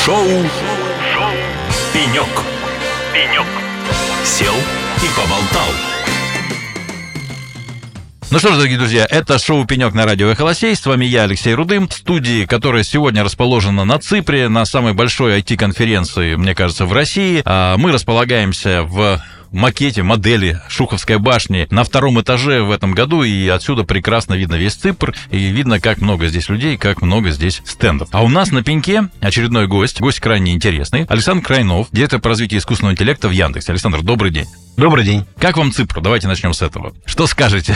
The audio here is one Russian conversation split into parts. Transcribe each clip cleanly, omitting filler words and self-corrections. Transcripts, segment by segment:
Пенек. Сел и поболтал. Ну что ж, дорогие друзья, это шоу «Пенек» на радио «Эхо Лосей». С вами я, Алексей Рудым, в студии, которая сегодня расположена на Ципре, на самой большой IT-конференции, мне кажется, в России. Мы располагаемся в макете, модели Шуховской башни на 2-м этаже в этом году, и отсюда прекрасно видно весь Ципр, и видно, как много здесь людей, как много здесь стендов. А у нас на пеньке очередной гость крайне интересный, Александр Крайнов, директор по развитию искусственного интеллекта в Яндексе. Александр, добрый день. Добрый день. Как вам Ципр? Давайте начнем с этого. Что скажете?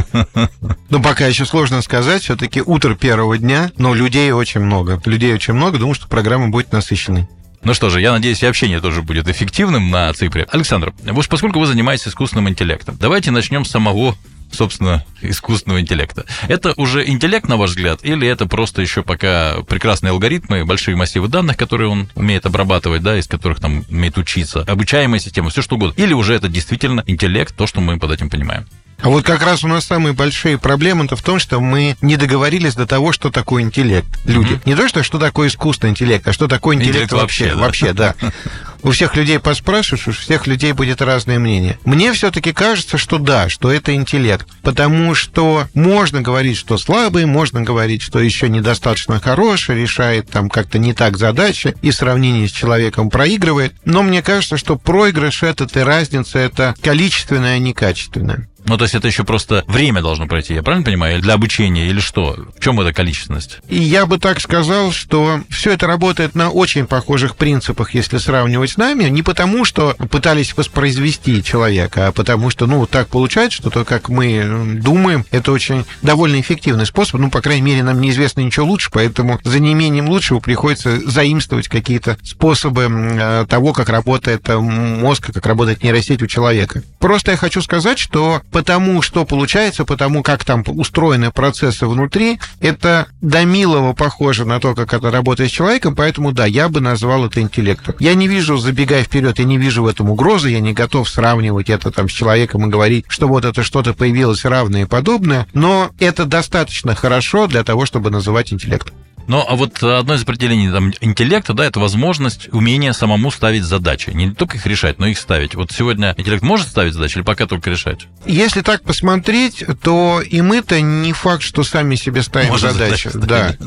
Ну, пока еще сложно сказать, все-таки утро первого дня, но людей очень много. Думаю, что программа будет насыщенной. Ну что же, я надеюсь, и общение тоже будет эффективным на Ципре. Александр, поскольку вы занимаетесь искусственным интеллектом, давайте начнем с самого, собственно, искусственного интеллекта. Это уже интеллект, на ваш взгляд, или это просто еще пока прекрасные алгоритмы, большие массивы данных, которые он умеет обрабатывать, да, из которых там умеет учиться, обучаемая система, все что угодно, или уже это действительно интеллект, то, что мы под этим понимаем? А вот как раз у нас самые большие проблемы-то в том, что мы не договорились до того, что такое интеллект. Люди. Не то, что такое искусственный интеллект, а что такое интеллект вообще, да. У всех людей поспрашиваешь, у всех людей будет разное мнение. Мне все-таки кажется, что да, что это интеллект. Потому что можно говорить, что слабый, можно говорить, что еще недостаточно хороший, решает там как-то не так задачи и в сравнении с человеком проигрывает. Но мне кажется, что проигрыш этот и разница это количественная, а не качественная. Ну, то есть это еще просто время должно пройти, я правильно понимаю? Для обучения или что? В чем эта количественность? И я бы так сказал, что все это работает на очень похожих принципах, если сравнивать с нами, не потому, что пытались воспроизвести человека, а потому что, так получается, что то, как мы думаем, это очень довольно эффективный способ. По крайней мере, нам неизвестно ничего лучше, поэтому за неимением лучшего приходится заимствовать какие-то способы того, как работает мозг, как работает нейросеть у человека. Просто я хочу сказать, что потому что получается, потому как там устроены процессы внутри, это до милого похоже на то, как это работает с человеком, поэтому, да, я бы назвал это интеллектом. Я не вижу, забегая вперед, я не вижу в этом угрозы, я не готов сравнивать это там с человеком и говорить, что вот это что-то появилось равное и подобное, но это достаточно хорошо для того, чтобы называть интеллектом. Ну, а вот одно из определений интеллекта, да, это возможность, умение самому ставить задачи. Не только их решать, но и их ставить. Вот сегодня интеллект может ставить задачи или пока только решать? Если так посмотреть, то и мы-то не факт, что сами себе ставим задачи. Да.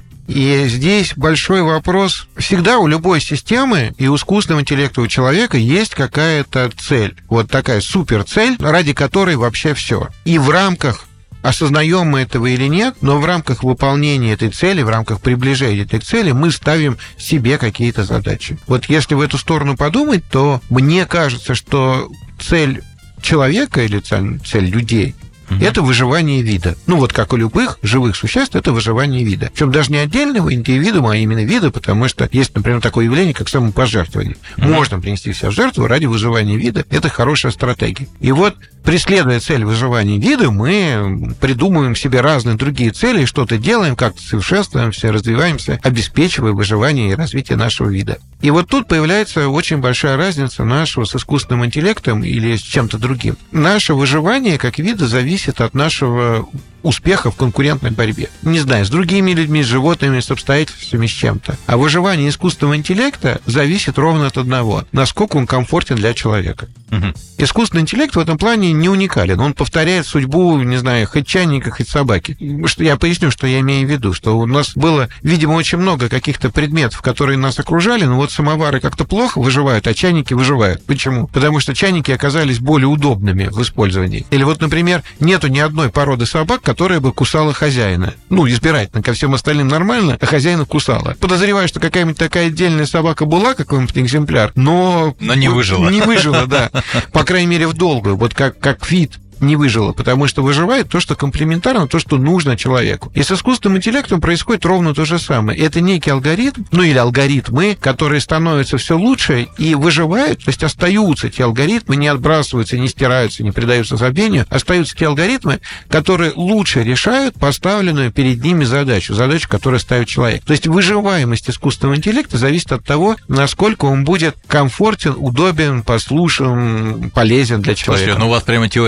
И здесь большой вопрос. Всегда у любой системы и у искусственного интеллекта у человека есть какая-то цель. Вот такая суперцель, ради которой вообще все. И в рамках осознаем мы этого или нет, но в рамках выполнения этой цели, в рамках приближения этой цели мы ставим себе какие-то задачи. Вот если в эту сторону подумать, то мне кажется, что цель человека или цель людей это выживание вида. Вот как у любых живых существ, это выживание вида. Причем даже не отдельного индивидуума, а именно вида, потому что есть, например, такое явление, как самопожертвование. Можно принести себя в жертву ради выживания вида. Это хорошая стратегия. И вот, преследуя цель выживания вида, мы придумываем себе разные другие цели, что-то делаем, как-то совершенствуемся, развиваемся, обеспечивая выживание и развитие нашего вида. И вот тут появляется очень большая разница нашего с искусственным интеллектом или с чем-то другим. Наше выживание как вида зависит от нашего успеха в конкурентной борьбе. Не знаю, с другими людьми, с животными, с обстоятельствами, с чем-то. А выживание искусственного интеллекта зависит ровно от одного. Насколько он комфортен для человека. Искусственный интеллект в этом плане не уникален. Он повторяет судьбу, не знаю, хоть чайника, хоть собаки. Я поясню, что я имею в виду. Что у нас было, видимо, очень много каких-то предметов, которые нас окружали, но вот самовары как-то плохо выживают, а чайники выживают. Почему? Потому что чайники оказались более удобными в использовании. Или вот, например, нету ни одной породы собак, которая бы кусала хозяина. Избирательно, ко всем остальным нормально, а хозяина кусала. Подозреваю, что какая-нибудь такая отдельная собака была, какой-нибудь экземпляр, но не выжила. Не выжила, да. По крайней мере, в долгую, вот как вид не выжило, потому что выживает то, что комплементарно, то, что нужно человеку. И с искусственным интеллектом происходит ровно то же самое. Это некий алгоритм, или алгоритмы, которые становятся все лучше и выживают, то есть остаются те алгоритмы, не отбрасываются, не стираются, не предаются забвению, остаются те алгоритмы, которые лучше решают поставленную перед ними задачу, которую ставит человек. То есть выживаемость искусственного интеллекта зависит от того, насколько он будет комфортен, удобен, послушен, полезен для человека. Слушайте, у вас прямо теория крайней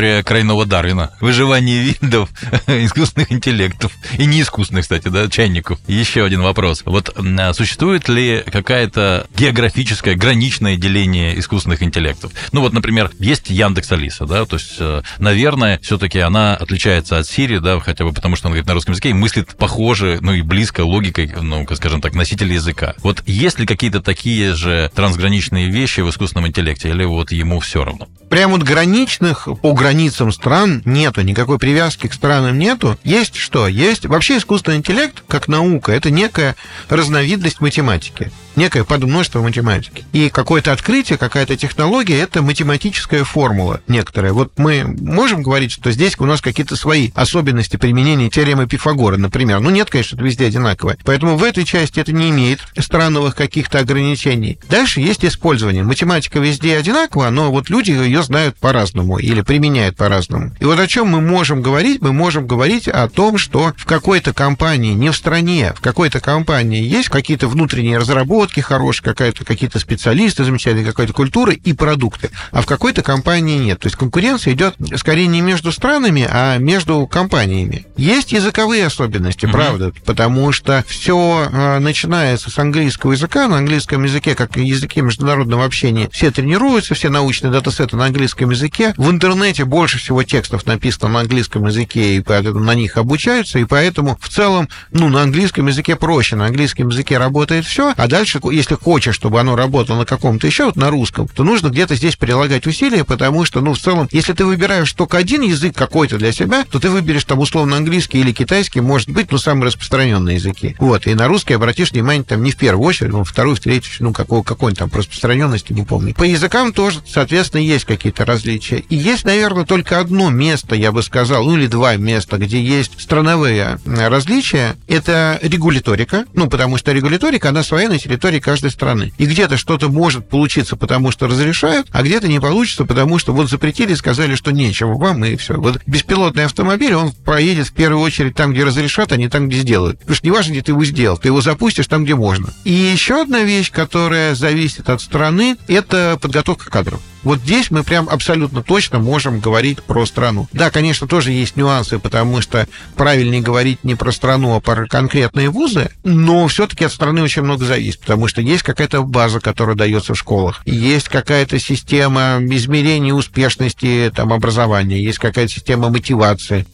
двойного Дарвина. Выживание видов искусственных интеллектов. И неискусственных, кстати, да, чайников. Еще один вопрос. Вот существует ли какая-то географическое, граничное деление искусственных интеллектов? Ну вот, например, есть Яндекс.Алиса, да, то есть, наверное, все-таки она отличается от Siri, да, хотя бы потому, что она говорит на русском языке и мыслит похоже, ну и близко логикой, ну, скажем так, носителя языка. Вот есть ли какие-то такие же трансграничные вещи в искусственном интеллекте, или вот ему все равно? Прям вот граничных по границам стран нету, никакой привязки к странам нету. Есть что? Есть вообще искусственный интеллект, как наука, это некая разновидность математики, некое подмножество математики. И какое-то открытие, какая-то технология – это математическая формула некоторая. Вот мы можем говорить, что здесь у нас какие-то свои особенности применения теоремы Пифагора, например. Ну, нет, конечно, это везде одинаково. Поэтому в этой части это не имеет страновых каких-то ограничений. Дальше есть использование. Математика везде одинакова, но вот люди ее знают по-разному или применяют по-разному. И вот о чем мы можем говорить? Мы можем говорить о том, что в какой-то компании, не в стране, в какой-то компании есть какие-то внутренние разработки хорошие, какие-то специалисты замечательные, какая-то культура и продукты, а в какой-то компании нет. То есть конкуренция идет скорее не между странами, а между компаниями. Есть языковые особенности, правда, потому что все начинается с английского языка. На английском языке, как и языке международного общения, все тренируются, все научные датасеты на английском языке. В интернете больше всего текстов написано на английском языке, и поэтому на них обучаются, и поэтому в целом, ну, на английском языке проще, на английском языке работает все, а дальше, если хочешь, чтобы оно работало на каком-то еще, вот на русском, то нужно где-то здесь прилагать усилия, потому что, ну, в целом, если ты выбираешь только один язык какой-то для себя, то ты выберешь там условно английский или китайский, может быть, ну, самые распространенные языки. Вот, и на русский обратишь внимание там не в первую очередь, но вторую, в третью, ну, какой-нибудь там по распространенности, не помню. По языкам тоже, соответственно, есть какие-то различия. И есть, наверное, только одно место, я бы сказал, ну, или два места, где есть страновые различия. Это регуляторика, ну, потому что регуляторика, она своя на территории каждой страны. И где-то что-то может получиться, потому что разрешают, а где-то не получится, потому что вот запретили, сказали, что нечего вам, и все. Вот беспилотный автомобиль, он поедет в первую очередь там, где разрешат, а не там, где сделают. Потому что неважно, где ты его сделал, ты его запустишь там, где можно. И еще одна вещь, которая зависит от страны, это подготовка кадров. Вот здесь мы прям абсолютно точно можем говорить про страну. Да, конечно, тоже есть нюансы, потому что правильнее говорить не про страну, а про конкретные вузы, но все-таки от страны очень много зависит, потому что есть какая-то база, которая дается в школах, есть какая-то система измерения успешности там, образования, есть какая-то система мотивации,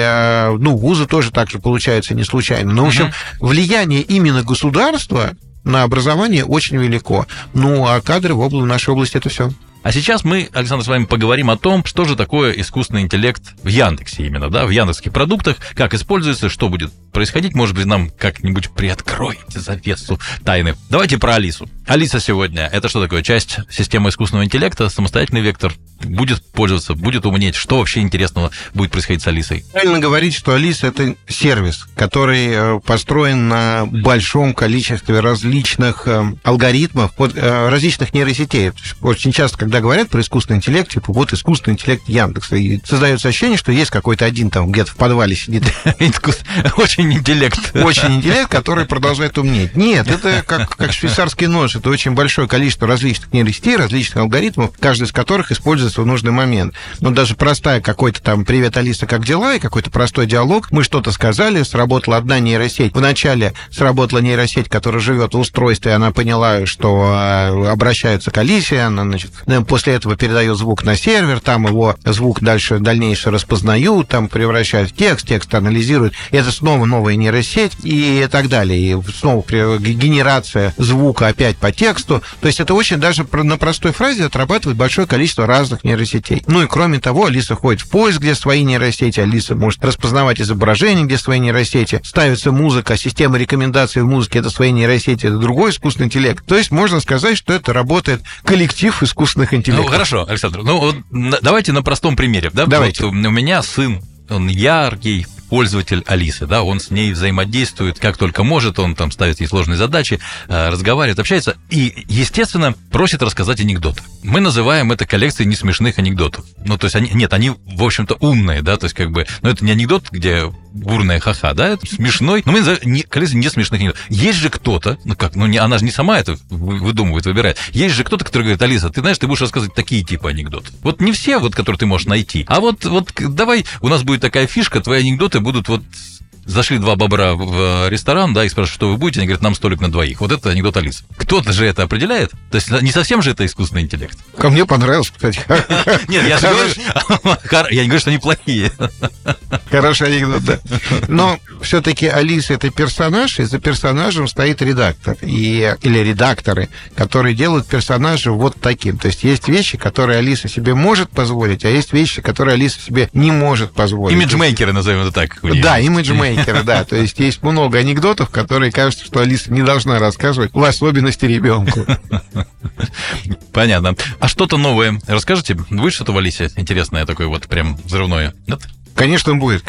и, ну, вузы тоже так же получается не случайно. Но, в общем, влияние именно государства на образование очень велико. Ну, а кадры в нашей области – это все. А сейчас мы, Александр, с вами поговорим о том, что же такое искусственный интеллект в Яндексе именно, да, в яндексских продуктах, как используется, что будет происходить. Может быть, нам как-нибудь приоткроете завесу тайны. Давайте про Алису. Алиса сегодня – это что такое? Часть системы искусственного интеллекта, самостоятельный вектор, будет пользоваться, будет умнеть. Что вообще интересного будет происходить с Алисой? Правильно говорить, что Алиса – это сервис, который построен на большом количестве различных алгоритмов, различных нейросетей. Очень часто, когда говорят про искусственный интеллект, типа вот искусственный интеллект Яндекса, и создается ощущение, что есть какой-то один там где-то в подвале сидит. Очень интеллект. Очень интеллект, который продолжает умнеть. Нет, это как швейцарский нож. Это очень большое количество различных нейросетей, различных алгоритмов, каждый из которых используется в нужный момент. Но даже простая какой-то там «Привет, Алиса, как дела?» и какой-то простой диалог. Мы что-то сказали, сработала одна нейросеть. Вначале сработала нейросеть, которая живет в устройстве, она поняла, что обращаются к Алисе, она, значит, после этого передает звук на сервер, там его звук дальнейшее распознают, там превращают в текст анализируют. Это снова новая нейросеть и так далее. И снова генерация звука опять по тексту. То есть это очень даже на простой фразе отрабатывает большое количество разных нейросетей. Ну и кроме того, Алиса ходит в поиск, где свои нейросети, Алиса может распознавать изображения, где свои нейросети, ставится музыка, система рекомендаций в музыке, это свои нейросети, это другой искусственный интеллект. То есть можно сказать, что это работает коллектив искусственных интеллектов. Ну хорошо, Александр, давайте на простом примере. Да? Давайте. Вот у меня сын, он яркий пользователь Алисы, да, он с ней взаимодействует как только может, он там ставит ей сложные задачи, разговаривает, общается и, естественно, просит рассказать анекдот. Мы называем это коллекцией несмешных анекдотов. Ну, то есть они, в общем-то, умные, да, то есть как бы, но это не анекдот, где бурная ха-ха, да, это смешной, но мы называем количество не смешных анекдотов. Есть же кто-то, она же не сама это выдумывает, выбирает. Есть же кто-то, который говорит: Алиса, ты знаешь, ты будешь рассказывать такие типы анекдотов. Вот не все, которые ты можешь найти, а вот давай, у нас будет такая фишка, твои анекдоты будут Зашли два бобра в ресторан, да, и спрашивают, что вы будете, они говорят: нам столик на двоих. Вот это анекдот Алисы. Кто-то же это определяет. То есть не совсем же это искусственный интеллект. Ко мне понравилось, кстати. Нет, я не говорю, что они плохие. Хороший анекдот, да. Но все-таки Алиса — это персонаж, и за персонажем стоит редактор. Или редакторы, которые делают персонажа вот таким. То есть есть вещи, которые Алиса себе может позволить, а есть вещи, которые Алиса себе не может позволить. Имиджмейкеры, назовем это так. Да, имиджмейкеры. Да, то есть есть много анекдотов, которые кажется, что Алиса не должна рассказывать, в особенности ребенку. Понятно. А что-то новое расскажете? Будет что-то в Алисе интересное такое прям взрывное? Нет? Конечно, будет.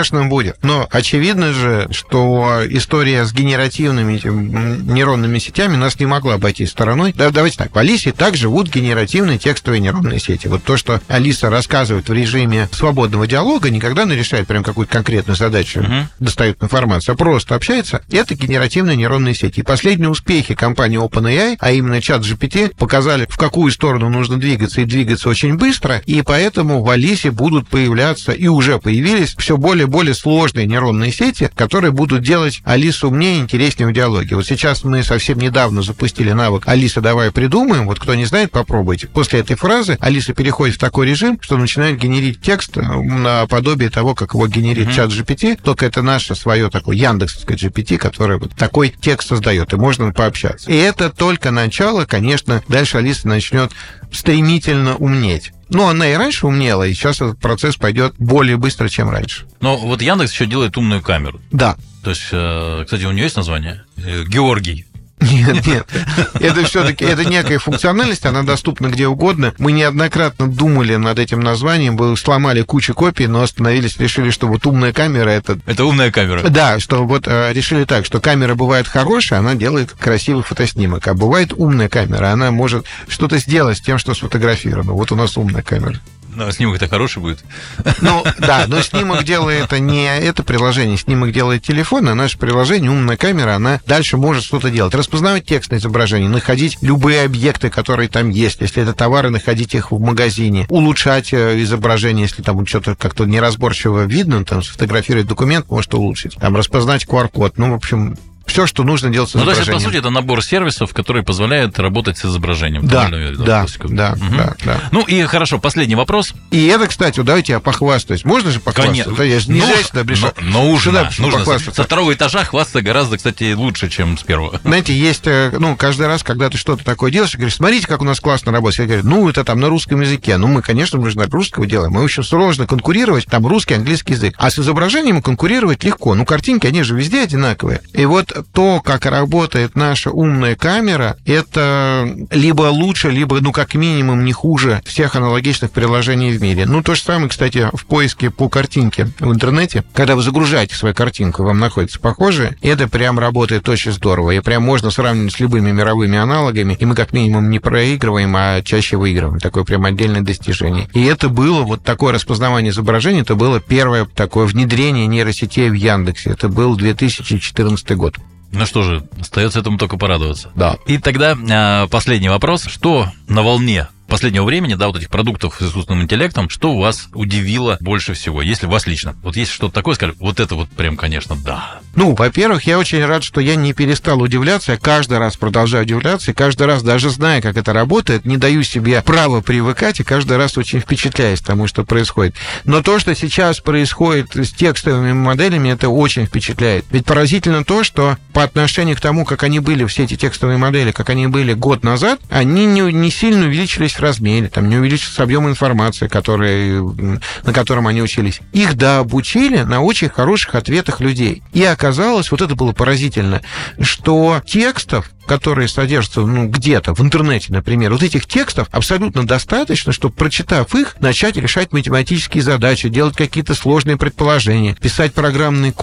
Но очевидно же, что история с генеративными нейронными сетями нас не могла обойти стороной. Давайте так, в Алисе так живут генеративные текстовые нейронные сети. Вот то, что Алиса рассказывает в режиме свободного диалога, никогда не решает прям какую-то конкретную задачу, достает информацию, а просто общается, это генеративные нейронные сети. И последние успехи компании OpenAI, а именно ChatGPT, показали, в какую сторону нужно двигаться, и двигаться очень быстро, и поэтому в Алисе будут появляться и уже появились все более и более сложные нейронные сети, которые будут делать Алису умнее и интереснее в диалоге. Вот сейчас мы совсем недавно запустили навык «Алиса, давай придумаем». Вот кто не знает, попробуйте. После этой фразы Алиса переходит в такой режим, что начинает генерить текст наподобие того, как его генерит ChatGPT, только это наше свое такое Яндексовское GPT, которое вот такой текст создает, и можно пообщаться. И это только начало, конечно, дальше Алиса начнет стремительно умнеть. Но она и раньше умнела, и сейчас этот процесс пойдет более быстро, чем раньше. Но вот Яндекс еще делает умную камеру. Да. То есть, кстати, у нее есть название? Георгий. Нет. Это все-таки это некая функциональность, она доступна где угодно. Мы неоднократно думали над этим названием, сломали кучу копий, но остановились, решили, что вот умная камера это... Это умная камера. Да, что вот решили так, что камера бывает хорошая, она делает красивый фотоснимок, а бывает умная камера, она может что-то сделать с тем, что сфотографировано. Вот у нас умная камера. Ну, снимок-то хороший будет. Ну, да, но снимок делает не это приложение, снимок делает телефон, а наше приложение, умная камера, она дальше может что-то делать. Распознавать текст на изображении, находить любые объекты, которые там есть. Если это товары, находить их в магазине. Улучшать изображение, если там что-то как-то неразборчиво видно, там сфотографировать документ, может улучшить. Там распознать QR-код. Ну, в общем... Все, что нужно делать с изображением. То есть, по сути, это набор сервисов, которые позволяют работать с изображением. Да. Ну и хорошо, последний вопрос. И это, кстати, давайте я похвастаюсь. Можно же похвастаться? Конечно. Я же нельзя сюда пришел. Нужно. Со второго этажа хвастаться гораздо, кстати, лучше, чем с первого. Знаете, есть, каждый раз, когда ты что-то такое делаешь, ты говоришь: смотрите, как у нас классно работает. Я говорю: это там на русском языке. Мы, конечно, мы же на русского делаем. Мы очень сложно конкурировать, там русский, английский язык. А с изображением конкурировать легко. Картинки, они же везде одинаковые. И вот то, как работает наша умная камера, это либо лучше, либо, как минимум, не хуже всех аналогичных приложений в мире. То же самое, кстати, в поиске по картинке в интернете. Когда вы загружаете свою картинку, вам находится похожее, это прям работает очень здорово. И прям можно сравнивать с любыми мировыми аналогами, и мы как минимум не проигрываем, а чаще выигрываем. Такое прям отдельное достижение. И это было вот такое распознавание изображений, это было первое такое внедрение нейросетей в Яндексе. Это был 2014 год. Ну что же, остается этому только порадоваться. Да. И тогда последний вопрос. Что на волне последнего времени, вот этих продуктов с искусственным интеллектом, что вас удивило больше всего, если вас лично? Вот есть что-то такое, скажем, вот это вот прям, конечно, да. Во-первых, я очень рад, что я не перестал удивляться, я каждый раз продолжаю удивляться, и каждый раз, даже зная, как это работает, не даю себе права привыкать, и каждый раз очень впечатляюсь тому, что происходит. Но то, что сейчас происходит с текстовыми моделями, это очень впечатляет. Ведь поразительно то, что по отношению к тому, как они были, все эти текстовые модели, как они были год назад, они не сильно увеличились в размере, не увеличился объем информации, на котором они учились. Их дообучили на очень хороших ответах людей. И оказалось, вот это было поразительно, что текстов, которые содержатся, где-то в интернете, например, вот этих текстов абсолютно достаточно, чтобы, прочитав их, начать решать математические задачи, делать какие-то сложные предположения, писать программный код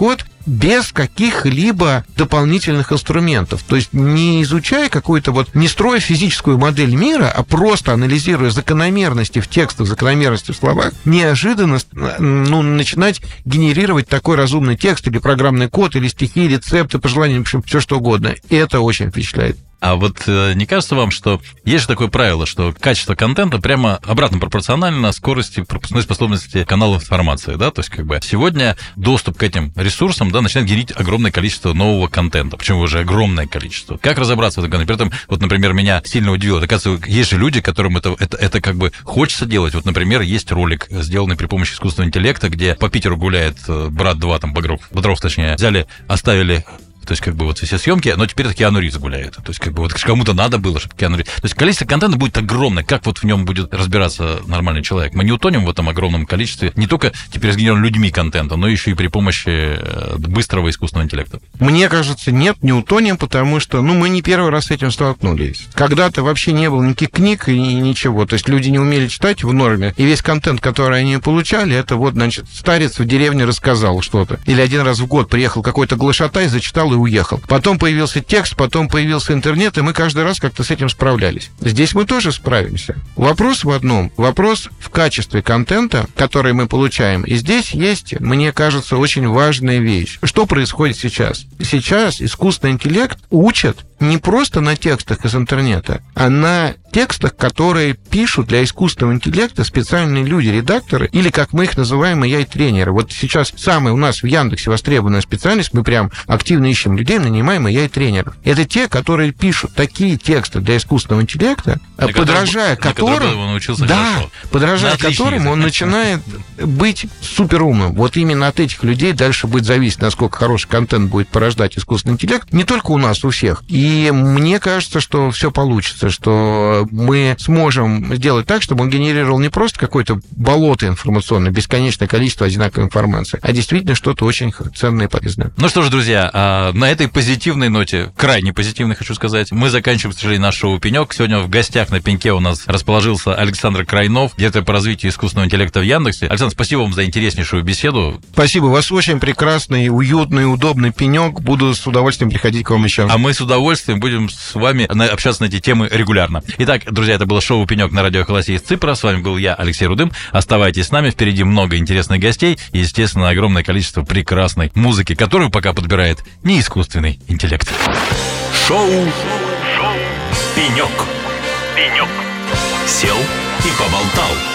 без каких-либо дополнительных инструментов. То есть не изучая какую-то не строя физическую модель мира, а просто анализируя закономерности в текстах, закономерности в словах, неожиданно начинать генерировать такой разумный текст или программный код, или стихи, рецепты, пожелания, в общем, все что угодно. И это очень впечатляет. А вот не кажется вам, что есть же такое правило, что качество контента прямо обратно пропорционально скорости пропускной способности каналов информации, да? То есть сегодня доступ к этим ресурсам, да, начинает генерить огромное количество нового контента, причем уже огромное количество. Как разобраться в этом контенте? При этом, например, меня сильно удивило, оказывается, есть же люди, которым это хочется делать. Например, есть ролик, сделанный при помощи искусственного интеллекта, где по Питеру гуляет брат 2, Бодров, точнее, оставили... То есть, все съемки, но теперь это Киану Ривз гуляет. То есть, кому-то надо было, чтобы Киану Ривз... То есть, количество контента будет огромное. Как в нем будет разбираться нормальный человек? Мы не утонем в этом огромном количестве не только теперь сгенерированного людьми контента, но еще и при помощи быстрого искусственного интеллекта. Мне кажется, нет, не утонем, потому что, мы не первый раз с этим столкнулись. Когда-то вообще не было никаких книг и ничего. То есть, люди не умели читать в норме, и весь контент, который они получали, это старец в деревне рассказал что-то. Или один раз в год приехал какой-то глашатай, зачитал и уехал. Потом появился текст, потом появился интернет, и мы каждый раз как-то с этим справлялись. Здесь мы тоже справимся. Вопрос в одном. Вопрос в качестве контента, который мы получаем. И здесь есть, мне кажется, очень важная вещь. Что происходит сейчас? Сейчас искусственный интеллект учит не просто на текстах из интернета, а на текстах, которые пишут для искусственного интеллекта специальные люди, редакторы, или, как мы их называем, AI-тренеры. Вот сейчас самая у нас в Яндексе востребованная специальность, мы прям активно ищем людей, нанимаем AI-тренеров. Это те, которые пишут такие тексты для искусственного интеллекта, подражая которым он начинает быть суперумным. Вот именно от этих людей дальше будет зависеть, насколько хороший контент будет порождать искусственный интеллект. Не только у нас, у всех. И мне кажется, что все получится, что мы сможем сделать так, чтобы он генерировал не просто какое-то болото информационное, бесконечное количество одинаковой информации, а действительно что-то очень ценное и полезное. Ну что ж, друзья, на этой позитивной ноте, крайне позитивной, хочу сказать, мы заканчиваем, к сожалению, наш шоу «Пенёк». Сегодня в гостях на «Пеньке» у нас расположился Александр Крайнов, директор по развитию искусственного интеллекта в Яндексе. Александр, спасибо вам за интереснейшую беседу. Спасибо, у вас очень прекрасный, уютный, удобный пенёк. Буду с удовольствием приходить к вам еще. А мы с удовольствием будем с вами общаться на эти темы регулярно. Итак, друзья, это было шоу «Пенёк» на радио «Эхо России» из Ципра. С вами был я, Алексей Рудым. Оставайтесь с нами, впереди много интересных гостей и, естественно, огромное количество прекрасной музыки, которую пока подбирает не искусственный интеллект. Шоу «Пенёк». Сел и поболтал.